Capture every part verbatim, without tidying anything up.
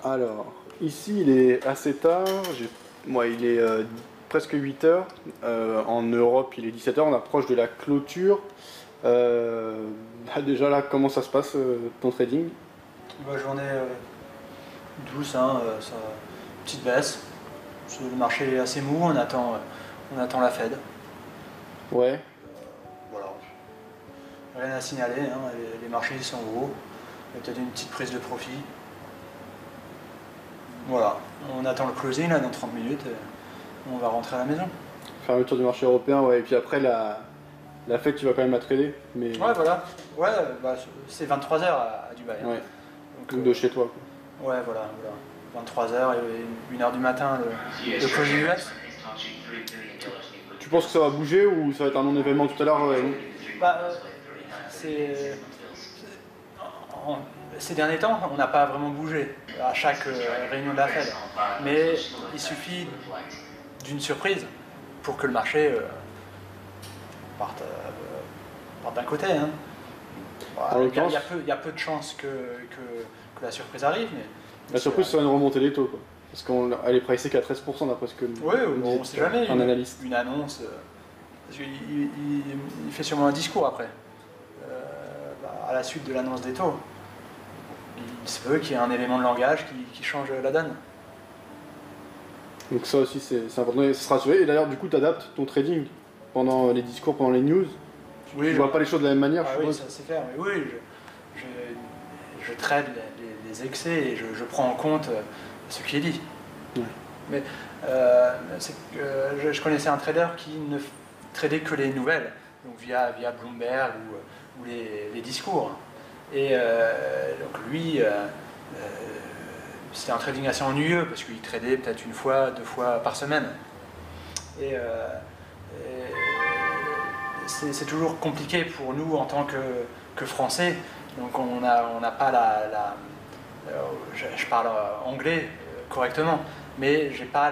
Alors, ici il est assez tard, moi il est euh, presque huit heures, euh, en Europe il est dix-sept heures, on approche de la clôture. Euh, bah déjà là, comment ça se passe euh, ton trading? Bah, journée euh, douce, hein, euh, ça, petite baisse. Le marché est assez mou, on attend, on attend la Fed. Ouais. Voilà. Rien à signaler, hein, les, les marchés sont hauts. Il y a peut-être une petite prise de profit. Voilà, on attend le closing là dans trente minutes et on va rentrer à la maison. Fermeture du marché européen, ouais, et puis après la, la fête tu vas quand même la trader. Mais... Ouais, voilà, ouais, bah, c'est vingt-trois heures à, à Dubaï. Hein. Ouais. Donc, Donc euh, de chez toi. Quoi. Ouais, voilà, voilà. vingt-trois heures et une heure du matin le, le closing U S. Tu penses que ça va bouger ou ça va être un non-événement tout à l'heure euh... Bah, euh, c'est... En, ces derniers temps, on n'a pas vraiment bougé à chaque euh, réunion de la Fed. Mais il suffit d'une surprise pour que le marché euh, parte, euh, parte d'un côté. Hein. Voilà, il, y a, il, y a peu, il y a peu de chances que, que, que la surprise arrive. Mais, la surprise, c'est une remontée des taux. Quoi. Parce qu'elle est pricée qu'à treize pour cent d'après ce que oui, bon, on ne sait jamais. Un une, analyste. Une annonce. Euh, parce qu'il il, il fait sûrement un discours après. Euh, bah, à la suite de l'annonce des taux. Il se peut qu'il y ait un élément de langage qui, qui change la donne. Donc ça aussi c'est important, et se rassurer. Et d'ailleurs du coup tu adaptes ton trading pendant les discours, pendant les news. Oui, tu je... vois pas les choses de la même manière. Ah je oui, suppose. ça sait faire. Mais oui, je, je, je trade les, les excès et je, je prends en compte ce qui est dit. Ouais. Mais euh, que, je, je connaissais un trader qui ne tradait que les nouvelles, donc via, via Bloomberg ou, ou les, les discours. Et euh, donc lui, euh, euh, c'était un trading assez ennuyeux parce qu'il tradait peut-être une fois, deux fois par semaine. Et, euh, et c'est toujours compliqué pour nous en tant que, que Français. Donc on n'a on n'a pas la... la euh, je, je parle anglais correctement, mais j'ai pas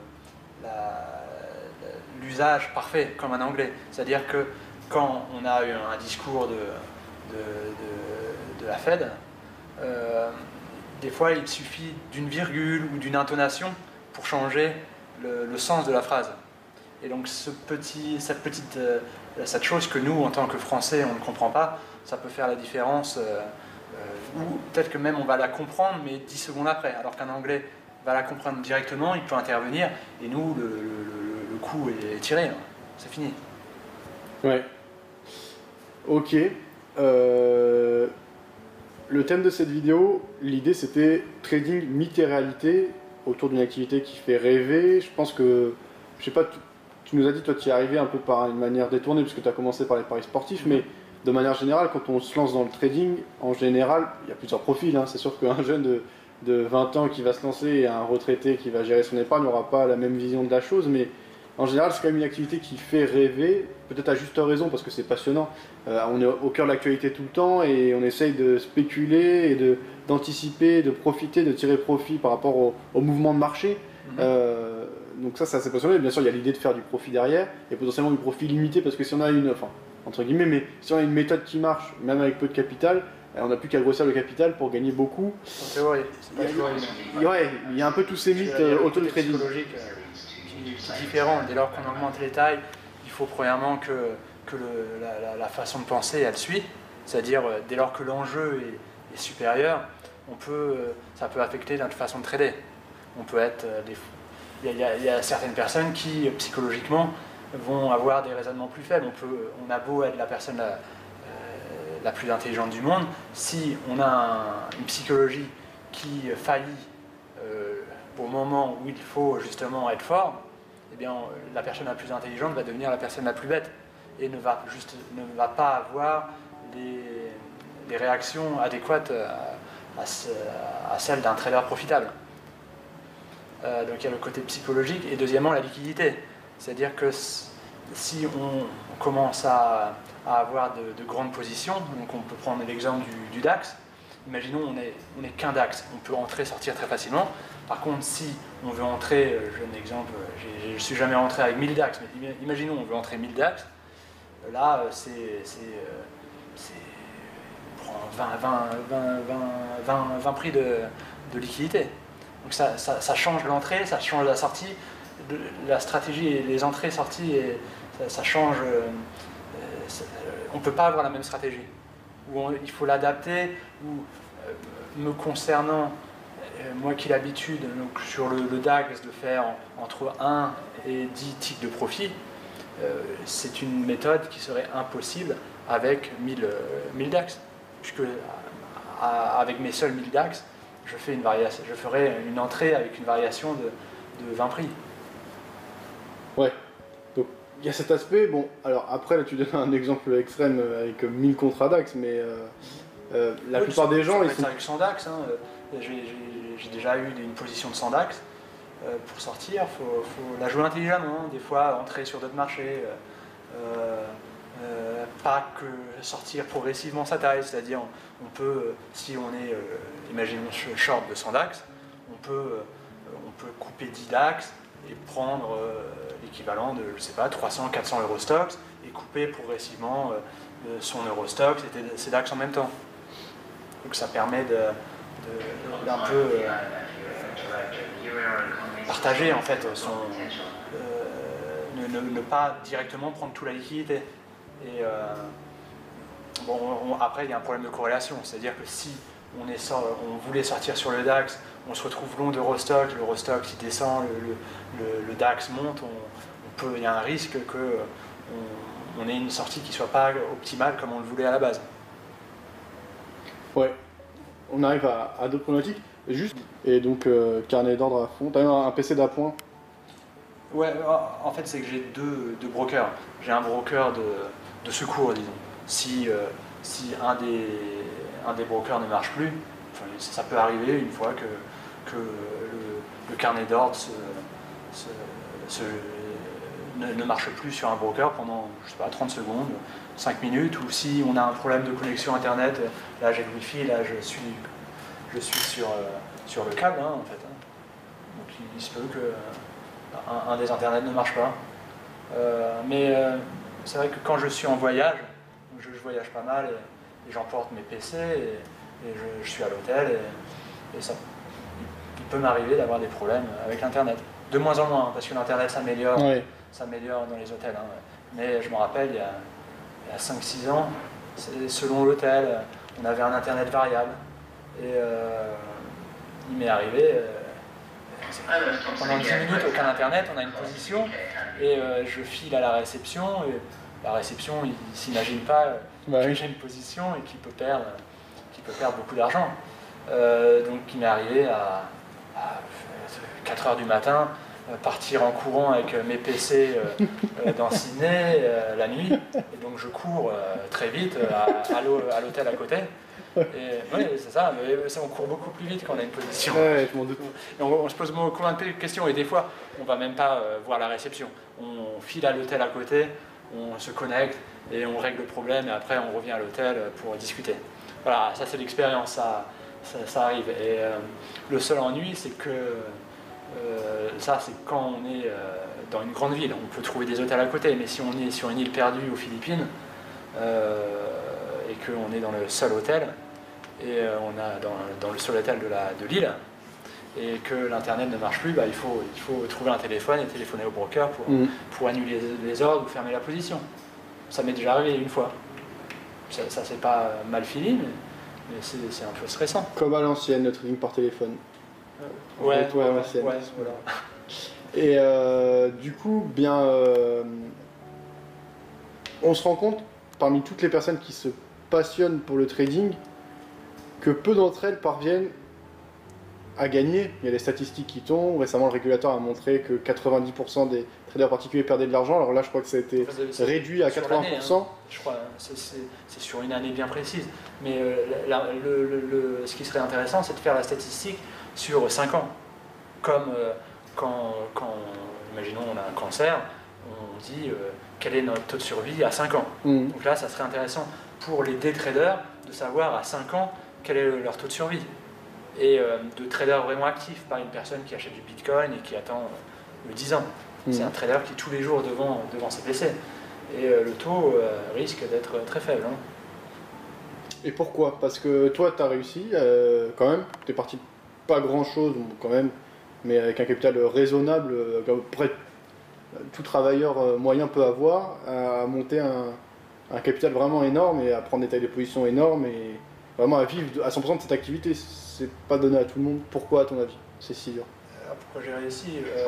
l'usage parfait comme un anglais. C'est-à-dire que quand on a eu un discours de, de, de, de la Fed, euh, des fois il suffit d'une virgule ou d'une intonation pour changer le, le sens de la phrase. Et donc ce petit, cette petite, euh, cette chose que nous, en tant que Français, on ne comprend pas, ça peut faire la différence, euh, euh, ou peut-être que même on va la comprendre, mais dix secondes après, alors qu'un Anglais va la comprendre directement, il peut intervenir, et nous, le, le, le coup est tiré, c'est fini. Ouais. Ok. Euh, le thème de cette vidéo, l'idée c'était trading mythe et réalité autour d'une activité qui fait rêver. Je pense que, je sais pas, tu, tu nous as dit, toi tu y es arrivé un peu par une manière détournée, puisque tu as commencé par les paris sportifs, mais de manière générale, quand on se lance dans le trading, en général, il y a plusieurs profils. Hein. C'est sûr qu'un jeune de, de vingt ans qui va se lancer et un retraité qui va gérer son épargne n'aura pas la même vision de la chose, mais en général, c'est quand même une activité qui fait rêver, peut-être à juste raison, parce que c'est passionnant. Euh, on est au cœur de l'actualité tout le temps et on essaye de spéculer et de, d'anticiper, de profiter, de tirer profit par rapport au, au mouvement de marché. Mm-hmm. euh, donc ça, c'est assez passionnant. Bien sûr, il y a l'idée de faire du profit derrière, et potentiellement du profit limité, parce que si on a une, enfin, entre guillemets, mais si on a une méthode qui marche, même avec peu de capital, on n'a plus qu'à grossir le capital pour gagner beaucoup. En théorie, c'est pas toujours évident. Ouais, il y a un peu tous ces mythes euh, autour du trading. Qui est différent. Dès lors qu'on augmente les tailles, il faut premièrement que, que le, la, la, la façon de penser elle suit, c'est-à-dire dès lors que l'enjeu est, est supérieur, on peut, ça peut affecter notre façon de trader. On peut être des, il, y a, il y a certaines personnes qui psychologiquement vont avoir des raisonnements plus faibles. On, peut, on a beau être la personne la, euh, la plus intelligente du monde, si on a un, une psychologie qui faillit euh, au moment où il faut justement être fort, eh bien, la personne la plus intelligente va devenir la personne la plus bête et ne va, juste, ne va pas avoir les, les réactions adéquates à, à, à celles d'un trader profitable. Euh, donc il y a le côté psychologique et deuxièmement la liquidité. C'est-à-dire que si on commence à, à avoir de, de grandes positions, donc on peut prendre l'exemple du, du DAX, imaginons on est, on est qu'un DAX, on peut entrer, sortir très facilement. Par contre, si on veut entrer, je donne un exemple, je ne suis jamais rentré avec mille DAX, mais imaginons on veut entrer mille DAX, là c'est on prend vingt, vingt, vingt, vingt, vingt, vingt prix de, de liquidité. Donc ça, ça, ça change l'entrée, ça change la sortie, de, la stratégie et les entrées, sorties, et ça, ça change. Euh, ça, on ne peut pas avoir la même stratégie. Où on, il faut l'adapter, ou euh, me concernant, euh, moi qui ai l'habitude donc sur le, le DAX de faire en, entre un et dix ticks de profit, euh, c'est une méthode qui serait impossible avec mille, euh, mille DAX. Puisque à, avec mes seuls mille DAX, je, fais une variation, je ferai une entrée avec une variation de, de vingt prix. Ouais. Donc il y a cet aspect, bon, alors après là tu donnes un exemple extrême avec mille contrats DAX, mais euh, euh, la oui, plupart des gens... ils ils sont... avec cent DAX, hein. J'ai déjà eu une position de cent DAX. Euh, pour sortir, il faut, faut la jouer intelligemment, hein. Des fois entrer sur d'autres marchés, euh, euh, pas que sortir progressivement sa taille, c'est-à-dire on, on peut, si on est, euh, imaginons short de cent DAX, on peut, euh, on peut couper dix DAX et prendre euh, l'équivalent de, je sais pas, trois cents, quatre cents Eurostox et couper progressivement euh, son Eurostox et ses DAX en même temps. Donc ça permet de, de, d'un peu euh, partager en fait son, euh, ne, ne, ne pas directement prendre toute la liquidité. Et euh, bon, on, après il y a un problème de corrélation, c'est-à-dire que si on, est sort, on voulait sortir sur le DAX, on se retrouve long d'Eurostox, l'Eurostox il descend, le, le, le DAX monte, on, on peut, il y a un risque que on, on ait une sortie qui ne soit pas optimale comme on le voulait à la base. Ouais, on arrive à, à d'autres problématiques. Juste, et donc euh, carnet d'ordre à fond. T'as même un P C d'appoint? Ouais, en fait c'est que j'ai deux, deux brokers. J'ai un broker de, de secours, disons. Si, euh, si un, des, un des brokers ne marche plus, enfin, ça peut arriver une fois que, que le, le carnet d'ordre se, se, se, ne, ne marche plus sur un broker pendant, je sais pas, trente secondes, cinq minutes, ou si on a un problème de connexion internet, là j'ai le wifi, là je suis, je suis sur, euh, sur le câble, hein, en fait. Hein. Donc il, il se peut que un, un des internets ne marche pas. Euh, mais euh, c'est vrai que quand je suis en voyage, je, je voyage pas mal, et, et j'emporte mes P C, et, et je, je suis à l'hôtel, et, et ça, il peut m'arriver d'avoir des problèmes avec l'internet. De moins en moins, parce que l'internet s'améliore, ouais. s'améliore dans les hôtels. Hein. Mais je me rappelle, il y a, il y a cinq six ans, selon l'hôtel, on avait un internet variable. Et euh, il m'est arrivé, euh, pendant dix minutes, aucun internet, on a une position, et euh, je file à la réception, et la réception, il ne s'imagine pas bah que oui. j'ai une position et qu'il peut perdre, qu'il peut perdre beaucoup d'argent. Euh, donc il m'est arrivé à, à quatre heures du matin, partir en courant avec mes P C euh, euh, dans Sydney euh, la nuit, et donc je cours euh, très vite euh, à, à l'hôtel à côté. Et, oui, c'est ça, mais ça, on court beaucoup plus vite quand on a une position. Ouais, je m'en doute. Et on, on se pose combien de questions, et des fois, on va même pas euh, voir la réception. On file à l'hôtel à côté, on se connecte et on règle le problème, et après on revient à l'hôtel pour discuter. Voilà, ça c'est l'expérience, ça, ça, ça arrive. Et euh, le seul ennui, c'est que Euh, ça, c'est quand on est euh, dans une grande ville. On peut trouver des hôtels à côté, mais si on est sur une île perdue aux Philippines euh, et qu'on est dans le seul hôtel, et euh, on a dans, dans le seul hôtel de, la, de l'île, et que l'internet ne marche plus, bah, il, faut, il faut trouver un téléphone et téléphoner au broker pour, mmh. pour annuler les, les ordres ou fermer la position. Ça m'est déjà arrivé une fois. Ça, ça c'est pas mal fini, mais, mais c'est, c'est un peu stressant. Comme à l'ancienne, le trading par téléphone. Ouais, ouais, ouais, ouais, ouais, voilà. Et euh, du coup, bien, euh, on se rend compte, parmi toutes les personnes qui se passionnent pour le trading, que peu d'entre elles parviennent à gagner. Il y a des statistiques qui tombent. Récemment, le régulateur a montré que quatre-vingt-dix pour cent des traders particuliers perdaient de l'argent. Alors là, je crois que ça a été c'est réduit à quatre-vingts pour cent. Hein, je crois, c'est, c'est, c'est sur une année bien précise. Mais euh, la, le, le, le, ce qui serait intéressant, c'est de faire la statistique sur cinq ans. Comme euh, quand, quand, imaginons, on a un cancer, on dit euh, quel est notre taux de survie à cinq ans. Mmh. Donc là, ça serait intéressant pour les day traders de savoir à cinq ans quel est leur taux de survie. Et euh, de traders vraiment actifs, pas une personne qui achète du bitcoin et qui attend euh, le dix ans. Mmh. C'est un trader qui est tous les jours devant, devant ses P C. Et euh, le taux euh, risque d'être très faible. Hein. Et pourquoi? Parce que toi, tu as réussi euh, quand même, tu es parti pas grand chose quand même, mais avec un capital raisonnable, euh, comme près tout travailleur euh, moyen peut avoir, à monter un, un capital vraiment énorme et à prendre des tailles de position énormes et vraiment à vivre à cent pour cent de cette activité. C'est pas donné à tout le monde. Pourquoi, à ton avis, c'est si dur? Alors, pourquoi j'ai réussi euh,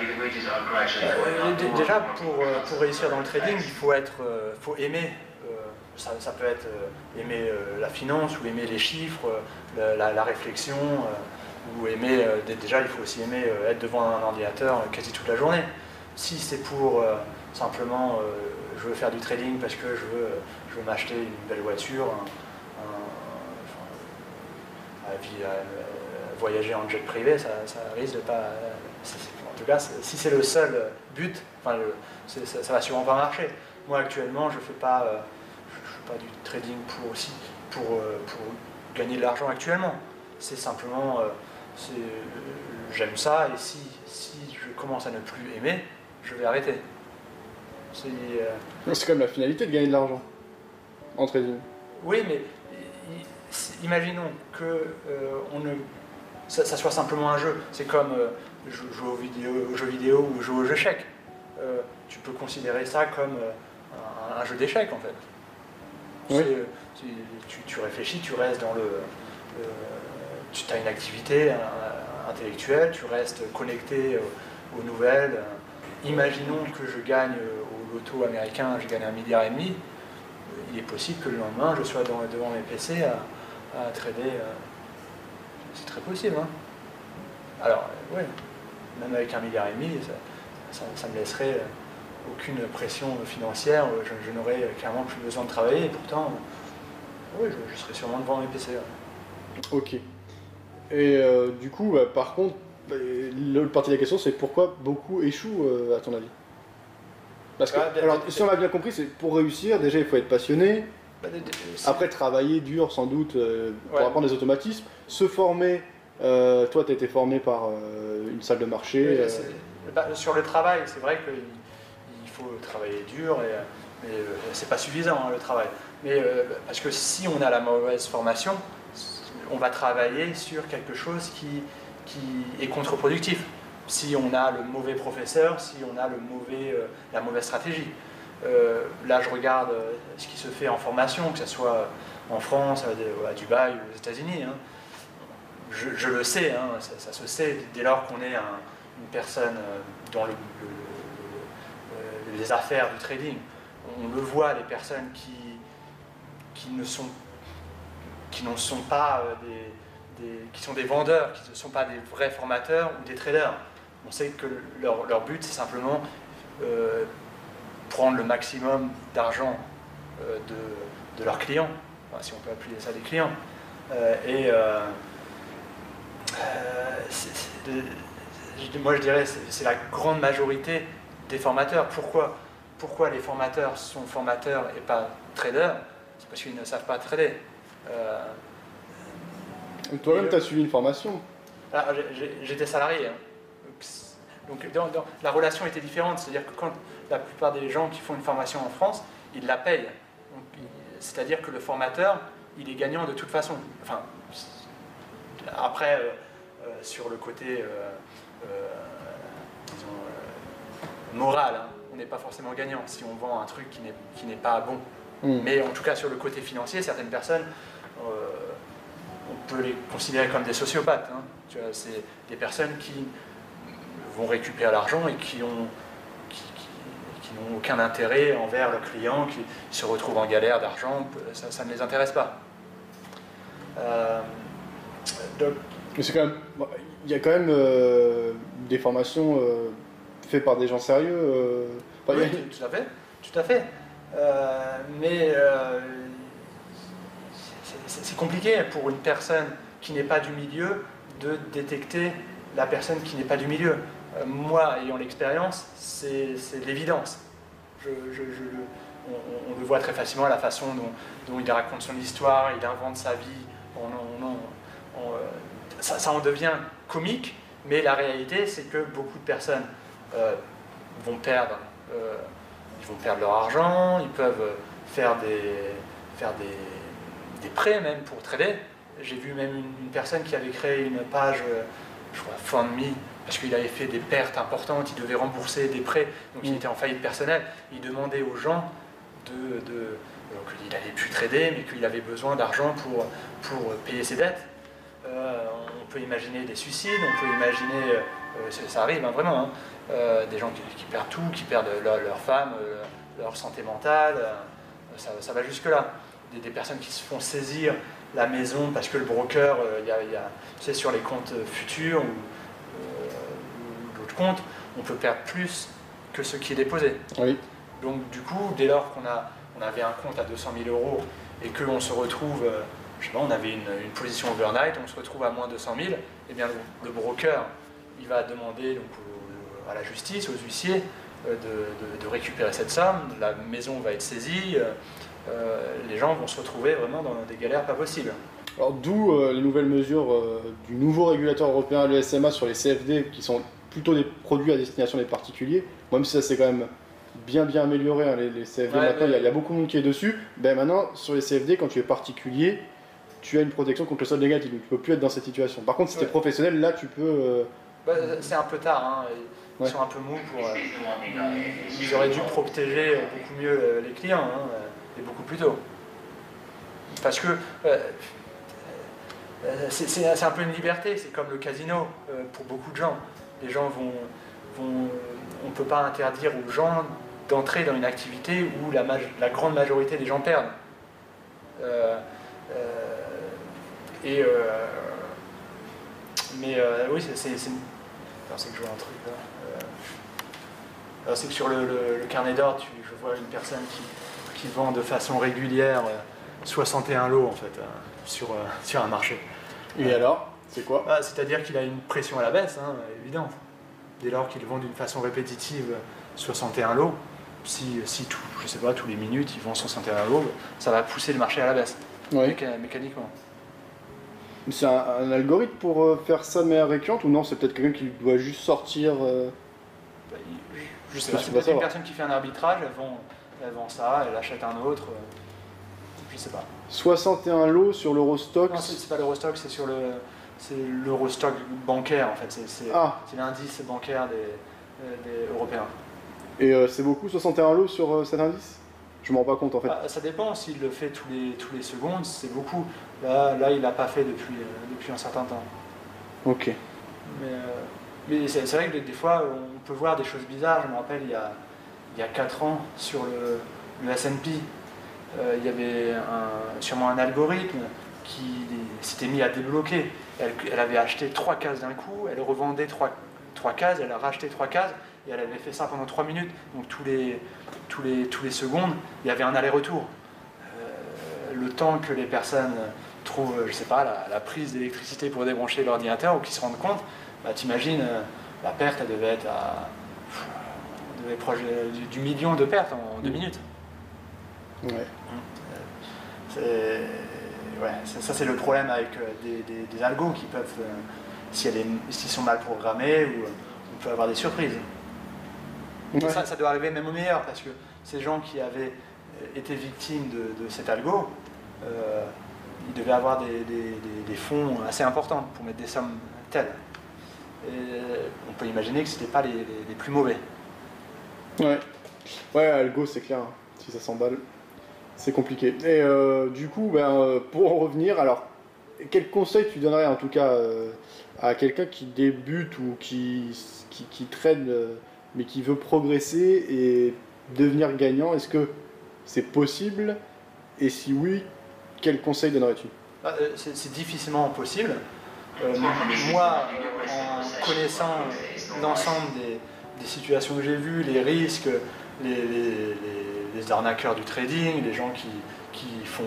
euh, d- Déjà, pour, euh, pour réussir dans le trading, il faut, être, euh, faut aimer. euh, ça, ça peut être euh, aimer euh, la finance ou aimer les chiffres, euh, la, la réflexion, euh, ou aimer. Euh, d- déjà, il faut aussi aimer euh, être devant un ordinateur euh, quasi toute la journée. Si c'est pour euh, simplement, euh, je veux faire du trading parce que je veux, je veux m'acheter une belle voiture, un, un, enfin, à vie, à, à voyager en jet privé, ça, ça risque de pas. En tout cas, si c'est le seul but, enfin, le, ça, ça va sûrement pas marcher. Moi, actuellement, je fais pas, euh, je, je fais pas du trading pour aussi pour, euh, pour gagner de l'argent actuellement. C'est simplement, euh, j'aime ça et si, si je commence à ne plus aimer, je vais arrêter. C'est euh... quand même la finalité de gagner de l'argent en trading. Oui, mais imaginons que euh, on ne, ça, ça soit simplement un jeu. C'est comme euh, jouer aux, vidéo, aux jeux vidéo ou jouer aux échecs. Euh, tu peux considérer ça comme euh, un, un jeu d'échecs en fait. Oui. Tu, tu, tu réfléchis, tu restes dans le... Euh, tu as une activité un, intellectuelle, tu restes connecté euh, aux nouvelles. Imaginons que je gagne au loto américain, je gagne un milliard et demi. Il est possible que le lendemain, je sois dans, devant mes P C à, à trader. Euh, c'est très possible. Hein. Alors, oui, même avec un milliard et demi, ça, ça, ça me laisserait aucune pression financière. Je, je n'aurais clairement plus besoin de travailler. Et pourtant, oui, je, je serais sûrement devant mes P C. Ouais. Ok. Et euh, du coup, bah, par contre, l'autre partie de la question, c'est pourquoi beaucoup échouent, euh, à ton avis? Parce que, ah, alors, si on l'a bien compris, c'est pour réussir, déjà il faut être passionné, bah, après travailler dur sans doute euh, pour ouais. apprendre des automatismes, se former, euh, toi tu as été formé par euh, une salle de marché. Oui, euh... bah, sur le travail, c'est vrai qu'il il faut travailler dur, et, mais euh, c'est pas suffisant hein, le travail. Mais, euh, parce que si on a la mauvaise formation, on va travailler sur quelque chose qui, qui est contre-productif. Si on a le mauvais professeur, si on a le mauvais, euh, la mauvaise stratégie. Euh, là, je regarde euh, ce qui se fait en formation, que ce soit en France, à, à Dubaï ou aux États-Unis. Hein. Je, je le sais, hein, ça, ça se sait, dès lors qu'on est un, une personne euh, dans le, le, le, le, les affaires du trading, on le voit, les personnes qui, qui ne sont qui ne sont pas euh, des, des, qui sont des vendeurs, qui ne sont pas des vrais formateurs ou des traders. On sait que leur, leur but, c'est simplement euh, prendre le maximum d'argent euh, de, de leurs clients, enfin, si on peut appeler ça des clients. Euh, et euh, euh, c'est, c'est, moi, je dirais que c'est la grande majorité des formateurs. Pourquoi, Pourquoi les formateurs sont formateurs et pas traders? C'est parce qu'ils ne savent pas trader. Euh, Toi-même, tu as suivi une formation. J'étais salarié. Hein. Donc, dans, dans, la relation était différente. C'est-à-dire que quand la plupart des gens qui font une formation en France, ils la payent. C'est-à-dire que le formateur, il est gagnant de toute façon. Enfin, après, euh, euh, sur le côté euh, euh, disons, euh, moral, hein, on n'est pas forcément gagnant si on vend un truc qui n'est qui n'est pas bon. Mmh. Mais en tout cas, sur le côté financier, certaines personnes, euh, on peut les considérer comme des sociopathes. Hein. C'est des personnes qui vont récupérer l'argent et qui ont qui, qui, qui n'ont aucun intérêt envers leurs clients, qui se retrouvent en galère d'argent, ça, ça ne les intéresse pas. Euh, donc, c'est quand même, il y a quand même euh, des formations euh, faites par des gens sérieux. Euh, oui, a... tout à fait, tout à fait. Euh, mais euh, c'est compliqué pour une personne qui n'est pas du milieu de détecter la personne qui n'est pas du milieu. Euh, moi, ayant l'expérience, c'est l'évidence. Je, je, je, on, on le voit très facilement à la façon dont, dont il raconte son histoire, il invente sa vie. On, on, on, on, ça, ça en devient comique, mais la réalité, c'est que beaucoup de personnes euh, vont perdre. Euh, Ils vont perdre leur argent, ils peuvent faire des, faire des, des prêts même pour trader. j'ai vu même une, une personne qui avait créé une page, euh, je crois, FundMe, parce qu'il avait fait des pertes importantes, il devait rembourser des prêts, donc il Mm. était en faillite personnelle. Il demandait aux gens de, de donc il n'avait plus tradé, mais qu'il avait besoin d'argent pour, pour payer ses dettes. Euh, on peut imaginer des suicides, on peut imaginer, euh, ça, ça arrive hein, vraiment, hein, euh, des gens qui, qui perdent tout, qui perdent leur, leur femme, euh, leur santé mentale, euh, ça, ça va jusque-là. Des, des personnes qui se font saisir la maison parce que le broker, euh, y a, y a, tu sais, sur les comptes futurs ou, euh, ou d'autres comptes, on peut perdre plus que ce qui est déposé. Oui. Donc du coup, dès lors qu'on a, on avait un compte à deux cent mille euros et qu'on se retrouve, euh, je sais pas, on avait une, une position overnight, on se retrouve à moins deux cent mille, eh bien le, le broker, il va demander donc, au, à la justice, aux huissiers, euh, de, de, de récupérer cette somme, la maison va être saisie, euh, euh, les gens vont se retrouver vraiment dans des galères pas possibles. Alors d'où euh, les nouvelles mesures euh, du nouveau régulateur européen, le S M A, sur les C F D, qui sont plutôt des produits à destination des particuliers, même si ça c'est quand même bien bien amélioré, hein, les, les C F D Ouais, maintenant, il mais... y, y a beaucoup de monde qui est dessus. Ben maintenant, sur les C F D, quand tu es particulier, tu as une protection contre le solde négatif, donc tu peux plus être dans cette situation. Par contre, si tu es Ouais. professionnel, là tu peux... Euh... Bah, c'est un peu tard, hein. Ils Ouais. sont un peu mous pour... Euh, ils auraient dû protéger beaucoup mieux euh, les clients, hein, et beaucoup plus tôt. Parce que euh, c'est un peu une liberté, c'est comme le casino euh, pour beaucoup de gens. Les gens vont... vont on ne peut pas interdire aux gens d'entrer dans une activité où la, la grande majorité des gens perdent. Euh, euh, et... Euh, mais euh, oui, c'est... C'est que je vois un truc là. Euh, c'est que sur le, le, le carnet d'ordre, je vois une personne qui, qui vend de façon régulière euh, soixante et un lots en fait, euh, sur, euh, sur un marché. Et euh, alors, c'est quoi? Ah, c'est-à-dire qu'il a une pression à la baisse, hein, évidente. Dès lors qu'il vend d'une façon répétitive soixante et un lots, si, si tout, je sais pas, tous les minutes il vend soixante et un lots, ça va pousser le marché à la baisse, oui. méca mécaniquement. C'est un, un algorithme pour euh, faire ça de manière récurrente, ou non, c'est peut-être quelqu'un qui doit juste sortir euh... bah, Je sais pas, c'est peut-être une personne qui fait un arbitrage, elle vend, elle vend ça, elle achète un autre, euh, je sais pas. soixante et un lots sur l'Eurostock. Non, c'est pas l'Eurostock, c'est sur le... C'est l'Eurostock bancaire en fait, c'est ah. l'indice bancaire des, des Européens. Et euh, c'est beaucoup soixante et un lots sur euh, cet indice? Je m'en rends pas compte en fait. Ah, ça dépend, s'il le fait tous les, tous les secondes, c'est beaucoup. Là, là il l'a pas fait depuis, euh, depuis un certain temps. Ok. Mais, euh, mais c'est vrai que des fois on peut voir des choses bizarres. Je me rappelle il y a, il y a quatre ans sur le, le S and P, euh, il y avait un, sûrement un algorithme qui s'était mis à débloquer. Elle, elle avait acheté trois cases d'un coup, elle revendait trois, trois cases, elle a racheté trois cases, et elle avait fait ça pendant trois minutes. Donc tous les, tous les, tous les secondes, il y avait un aller-retour. Euh, le temps que les personnes trouvent, je sais pas, la, la prise d'électricité pour débrancher l'ordinateur, ou qu'ils se rendent compte, bah, t'imagines, la perte, elle devait être à... Elle devait être proche du, du million de pertes en deux minutes. Ouais. C'est... Ouais, ça, ça c'est le problème avec euh, des, des, des algos qui peuvent, euh, si s'ils sont mal programmés, ou euh, on peut avoir des surprises. Ouais. Ça, ça doit arriver même au meilleur, parce que ces gens qui avaient été victimes de, de cet algo, euh, ils devaient avoir des, des, des, des fonds assez importants pour mettre des sommes telles. Et on peut imaginer que ce n'étaient pas les, les, les plus mauvais. Ouais, ouais, algo c'est clair, hein. Si ça s'emballe. C'est compliqué. Et euh, du coup, ben, pour en revenir, alors, quel conseil tu donnerais en tout cas euh, à quelqu'un qui débute ou qui, qui, qui traîne, euh, mais qui veut progresser et devenir gagnant? Est-ce que c'est possible? Et si oui, quel conseil donnerais-tu? bah, C'est difficilement possible. Euh, moi, en connaissant l'ensemble des, des situations que j'ai vues, les risques, les, les, les les arnaqueurs du trading, les gens qui, qui font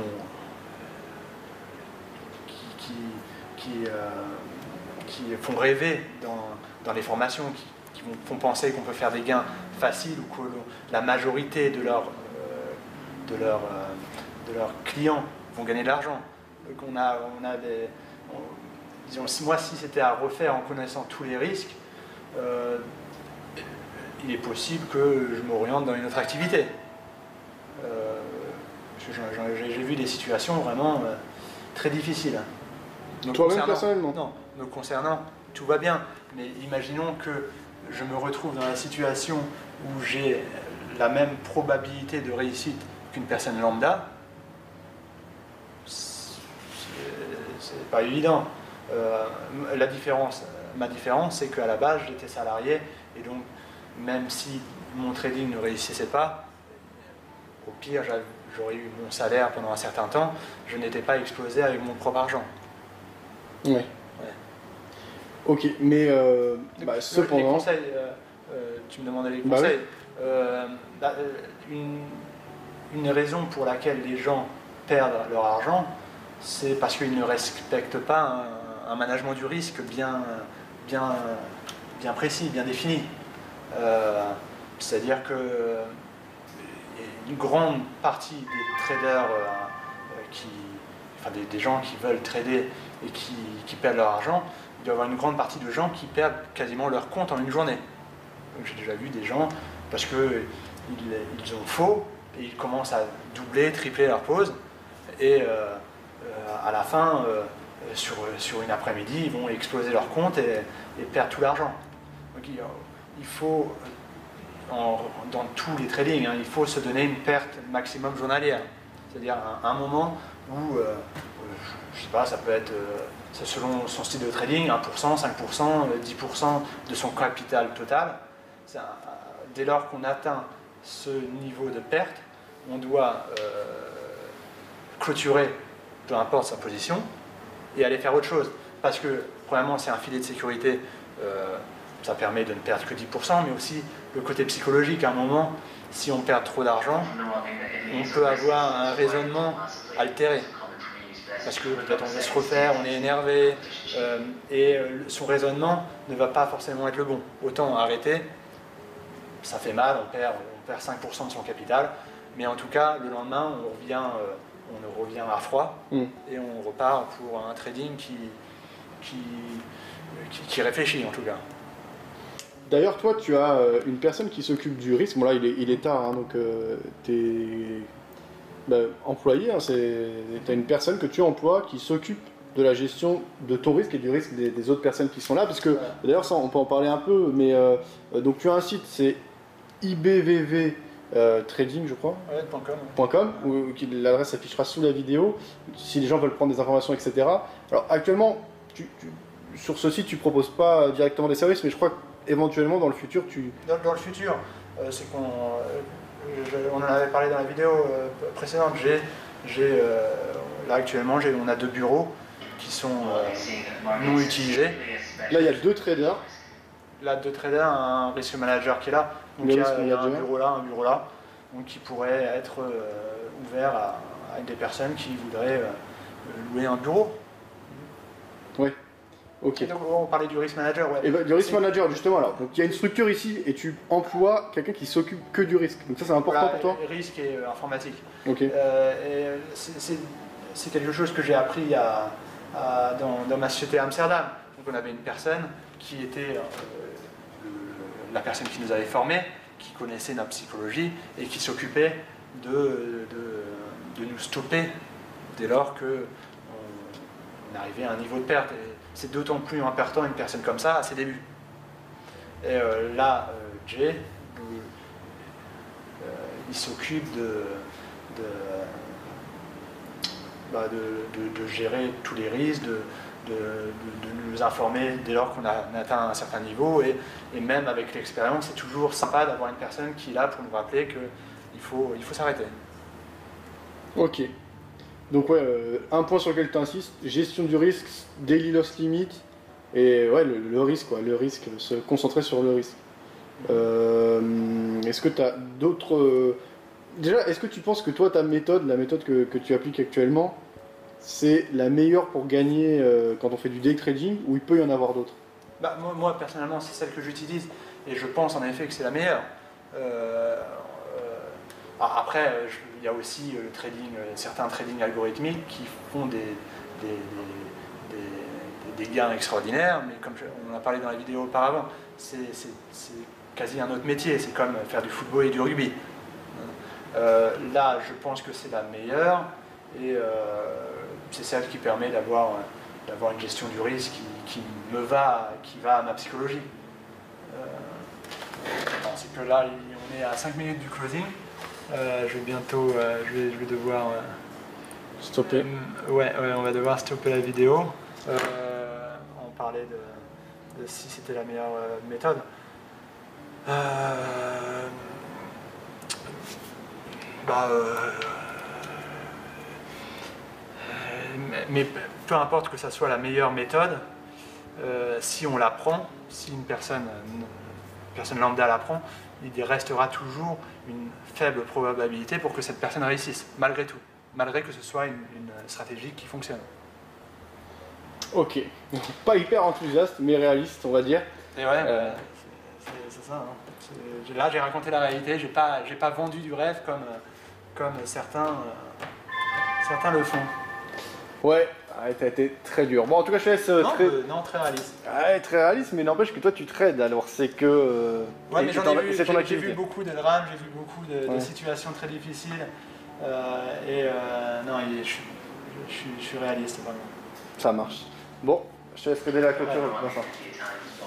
qui, qui, qui, euh, qui font rêver dans, dans les formations, qui, qui vont, font penser qu'on peut faire des gains faciles, ou que la majorité de leurs euh, de leur, euh, de leurs clients vont gagner de l'argent. On a, on a des, on, disons, moi, si c'était à refaire en connaissant tous les risques, euh, il est possible que je m'oriente dans une autre activité. Euh, j'ai vu des situations vraiment euh, très difficiles. Toi-même personnellement? Non, me concernant, tout va bien. Mais imaginons que je me retrouve dans la situation où j'ai la même probabilité de réussite qu'une personne lambda. C'est pas évident. Euh, la différence, ma différence, c'est qu'à la base, j'étais salarié, et donc, même si mon trading ne réussissait pas, au pire, j'aurais eu mon salaire pendant un certain temps, je n'étais pas explosé avec mon propre argent. Ouais. ouais. Ok, mais euh, bah, le, cependant... Les conseils, euh, euh, tu me demandais les conseils. Bah oui. euh, bah, une, une raison pour laquelle les gens perdent leur argent, c'est parce qu'ils ne respectent pas un, un management du risque bien, bien, bien précis, bien défini. Euh, C'est-à-dire que une grande partie des traders, euh, qui, enfin des, des gens qui veulent trader et qui, qui perdent leur argent, il doit y avoir une grande partie de gens qui perdent quasiment leur compte en une journée. J'ai déjà vu des gens, parce qu'ils ils ont faux, et ils commencent à doubler, tripler leur pause, et euh, euh, à la fin, euh, sur, sur une après-midi, ils vont exploser leur compte et, et perdre tout l'argent. Donc il, il faut, en, dans tous les tradings, hein, il faut se donner une perte maximum journalière. C'est-à-dire un, un moment où, euh, je ne sais pas, ça peut être, euh, selon son style de trading, un pour cent, cinq pour cent, dix pour cent de son capital total. Un, dès lors qu'on atteint ce niveau de perte, on doit euh, clôturer, peu importe sa position, et aller faire autre chose. Parce que, premièrement, c'est un filet de sécurité, euh, ça permet de ne perdre que dix pour cent, mais aussi le côté psychologique. À un moment, si on perd trop d'argent, on peut avoir un raisonnement altéré. Parce que peut-être on va se refaire, on est énervé, euh, et son raisonnement ne va pas forcément être le bon. Autant arrêter, ça fait mal, on perd, on perd cinq pour cent de son capital, mais en tout cas, le lendemain, on revient, euh, on revient à froid, mm. et on repart pour un trading qui, qui, qui, qui réfléchit en tout cas. D'ailleurs, toi, tu as une personne qui s'occupe du risque. Bon, là, il est, il est tard, hein, donc euh, tu es bah, employé. Hein, tu as une personne que tu emploies qui s'occupe de la gestion de ton risque et du risque des, des autres personnes qui sont là. Parce que, ouais. D'ailleurs, ça, on peut en parler un peu, mais euh, donc tu as un site, c'est I B V V euh, Trading, je crois. Ouais, .com. .com, où l'adresse s'affichera sous la vidéo, si les gens veulent prendre des informations, et cetera. Alors, actuellement, tu, tu, sur ce site, tu ne proposes pas directement des services, mais je crois que éventuellement dans le futur tu... Dans, dans le futur, euh, c'est qu'on euh, on en avait parlé dans la vidéo euh, précédente, j'ai, j'ai, euh, là actuellement j'ai, on a deux bureaux qui sont euh, non utilisés. Là il y a deux traders. Là deux traders, un risk manager qui est là, donc il y, a, il y a un bureau là, un bureau là, donc qui pourrait être euh, ouvert à, à des personnes qui voudraient euh, louer un bureau. Oui. Ok. Donc, on parlait du risk manager, ouais. Et bah, du risk manager, justement, alors. Donc il y a une structure ici et tu emploies quelqu'un qui s'occupe que du risque. Donc ça, c'est important voilà, pour toi? Risque et euh, informatique. Ok. Euh, c'est quelque chose que j'ai appris à, à, dans, dans ma société à Amsterdam. Donc on avait une personne qui était euh, le, la personne qui nous avait formés, qui connaissait notre psychologie et qui s'occupait de, de, de nous stopper dès lors que on arrivait à un niveau de perte. Et c'est d'autant plus important une personne comme ça à ses débuts. Et euh, là, euh, Jay, euh, il s'occupe de, de, bah de, de, de gérer tous les risques, de, de, de, de nous informer dès lors qu'on a, a atteint un certain niveau. Et, et même avec l'expérience, c'est toujours sympa d'avoir une personne qui est là pour nous rappeler qu'il faut, il faut s'arrêter. Ok. Donc ouais, euh, un point sur lequel tu insistes, gestion du risque, daily loss limit, et ouais, le, le risque, quoi, le risque, se concentrer sur le risque. Euh, est-ce que tu as d'autres... Euh, déjà, est-ce que tu penses que toi, ta méthode, la méthode que, que tu appliques actuellement, c'est la meilleure pour gagner euh, quand on fait du day trading, ou il peut y en avoir d'autres? Bah, moi, moi, personnellement, c'est celle que j'utilise, et je pense en effet que c'est la meilleure. Euh, Après, il y a aussi le trading, certains trading algorithmiques qui font des, des, des, des, des gains extraordinaires, mais comme on en a parlé dans la vidéo auparavant, c'est quasi un autre métier, c'est comme faire du football et du rugby. Euh, là, je pense que c'est la meilleure, et euh, c'est celle qui permet d'avoir d'avoir une gestion du risque qui, qui me va, qui va à ma psychologie. Euh, bon, c'est que là, on est à cinq minutes du closing. Euh, je vais bientôt, euh, je, vais, je vais devoir euh, stopper. Euh, ouais, ouais, on va devoir stopper la vidéo. Euh, on parlait de, de si c'était la meilleure euh, méthode. Euh, bah, euh, mais, mais peu importe que ça soit la meilleure méthode, euh, si on l'apprend, si une personne, une personne lambda l'apprend, il restera toujours une faible probabilité pour que cette personne réussisse, malgré tout, malgré que ce soit une, une stratégie qui fonctionne. Ok, pas hyper enthousiaste, mais réaliste, on va dire. Et ouais, euh... c'est ça. Hein. Là, j'ai raconté la réalité, j'ai pas, j'ai pas vendu du rêve comme, comme certains, euh, certains le font. Ouais, ah, t'as été très dur. Bon, en tout cas, je te laisse. Euh, non, très... Euh, non, très réaliste. Ah, très réaliste, mais n'empêche que toi, tu trades, alors c'est que. Euh... Ouais, mais j'en ai vu, c'est ton j'ai, activité. j'ai vu beaucoup de drames, j'ai vu beaucoup de, ouais. de situations très difficiles. Euh, et euh, non, je, je, je, je suis réaliste, vraiment. Ça marche. Bon, je te laisse aider la clôture. Ouais. Vincent.